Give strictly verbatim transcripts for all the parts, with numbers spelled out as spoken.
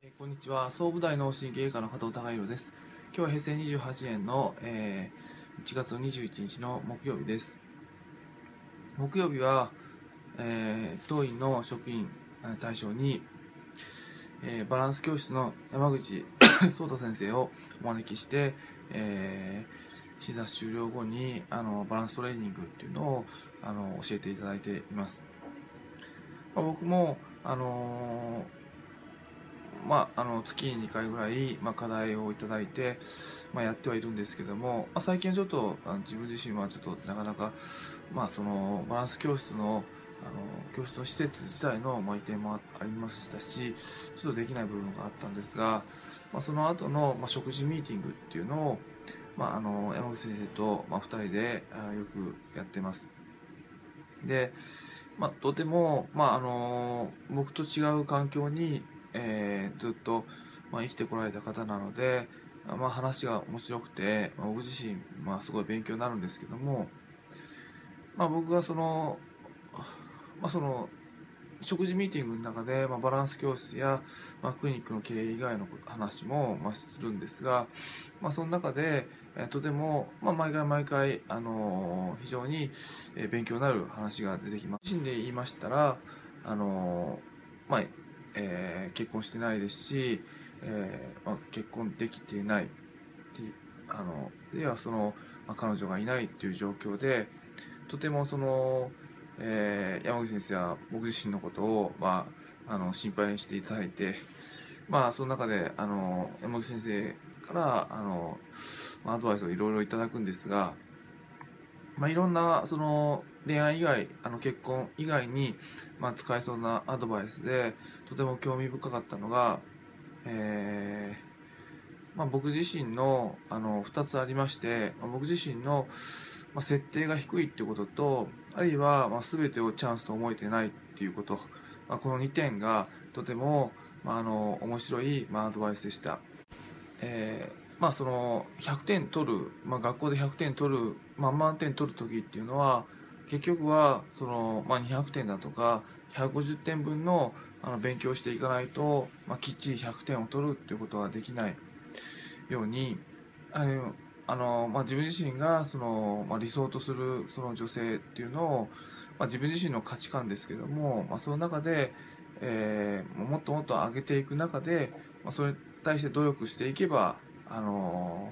えーこんにちは。総武大脳神経外科の加藤孝弘です。今日は平成にじゅうはちねんの、えーいちがつのにじゅういちにちの木曜日です。木曜日は、えー当院の職員えー対象に、えーバランス教室の山口壮太先生をお招きして、えー診察終了後にあのバランストレーニングっていうのをあの教えていただいています。まあ、僕もあのーまあ、あの月ににかいぐらい、まあ、課題をいただいて、まあ、やってはいるんですけども、まあ、最近ちょっとあの自分自身はちょっとなかなか、まあ、そのバランス教室のあの教室の施設自体の、まあ、移転もありましたし、ちょっとできない部分があったんですが、まあ、その後の、まあ、食事ミーティングっていうのを、まあ、あの山口先生と、まあ、ふたりであよくやってます。で、まあ、とても、まあ、あの僕と違う環境に、えーずっと、まあ、生きてこられた方なので、まあ、話が面白くて、まあ、僕自身、まあ、すごい勉強になるんですけども、まあ、僕がその、まあ、その食事ミーティングの中で、まあ、バランス教室や、まあ、クリニックの経営以外の話も、まあ、するんですが、まあ、その中で、えーとても、まあ、毎回毎回、あのー非常に、えー勉強になる話が出てきます。自身で言いましたら、あのーまあえー結婚してないですし、えーまあ、結婚できていないってあのではその、まあ、彼女がいないっていう状況で、とてもその、えー山口先生は僕自身のことを、まあ、あの心配していただいて、まあ、その中であの山口先生からあのアドバイスをいろいろいただくんですが、まあ、いろんなその恋愛以外あの結婚以外に、まあ、使えそうなアドバイスでとても興味深かったのが、えーまあ、僕自身のあのふたつありまして、まあ、僕自身の、まあ、設定が低いっていうことと、あるいは、まあ、全てをチャンスと思えてないっていうこと、まあ、このにてんがとても、まあ、あの面白い、まあ、アドバイスでした。えーまあそのひゃくてん取る、まあ、学校でひゃくてん取る、まあ、満点取る時っていうのは結局はその、まあ、にひゃくてんだとかひゃくごじゅってんぶんのあの勉強していかないと、まあ、きっちりひゃくてんを取るっていうことができないように、あのあの、まあ、自分自身がその、まあ、理想とするその女性っていうのを、まあ、自分自身の価値観ですけども、まあ、その中で、えーもっともっと上げていく中で、まあ、それに対して努力していけば、あの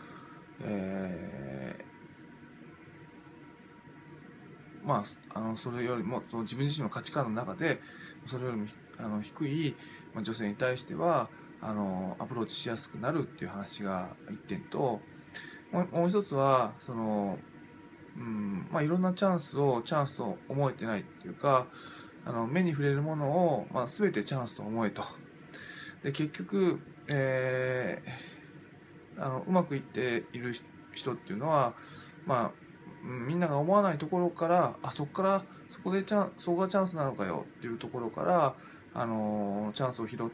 えーまあ、あのそれよりもその自分自身の価値観の中でそれよりもあの低い、まあ、女性に対してはあのアプローチしやすくなるっていう話がいってんと、もうもう一つはその、うんまあ、いろんなチャンスをチャンスと思えてないっていうか、あの目に触れるものを、まあ、全てチャンスと思えと。で結局、えーあのうまくいっている人っていうのは、まあ、うんみんなが思わないところからあそこからそこでチャンそこがチャンスなのかよっていうところから、あのチャンスを拾って、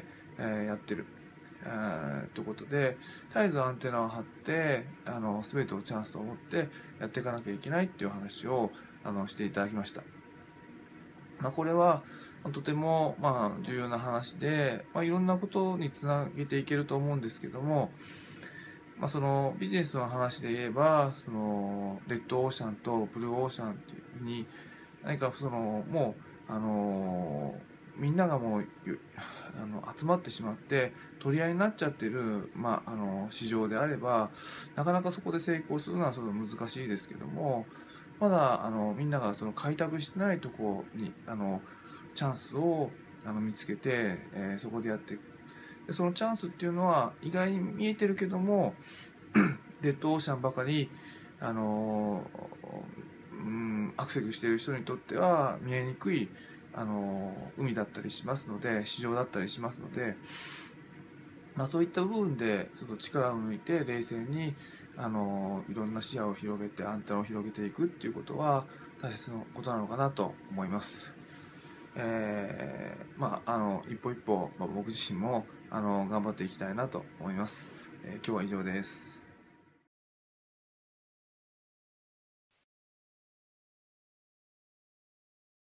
えーやってる。えー、ということで絶えずアンテナを張ってあの全てをチャンスと思ってやっていかなきゃいけないっていう話をあのしていただきました。まあ、これはとてもまあ重要な話で、まあ、いろんなことにつなげていけると思うんですけども、まあ、そのビジネスの話で言えばそのレッドオーシャンとブルーオーシャンっていうふうに何かそのもうあのみんながもうあの集まってしまって取り合いになっちゃってる、まあ、あの市場であればなかなかそこで成功するのはその難しいですけども、まだあのみんながその開拓してないところにあのチャンスをあの見つけて、えーそこでやっていく。でそのチャンスっていうのは意外に見えてるけどもレッドオーシャンばかりあのうんアクセスしている人にとっては見えにくいあの海だったりしますので市場だったりしますので、まあ、そういった部分でちょっと力を抜いて冷静にあのいろんな視野を広げてアンテナを広げていくっていうことは大切なことなのかなと思います。えーまあ、あの一歩一歩、まあ、僕自身もあの頑張っていきたいなと思います。えー今日は以上です。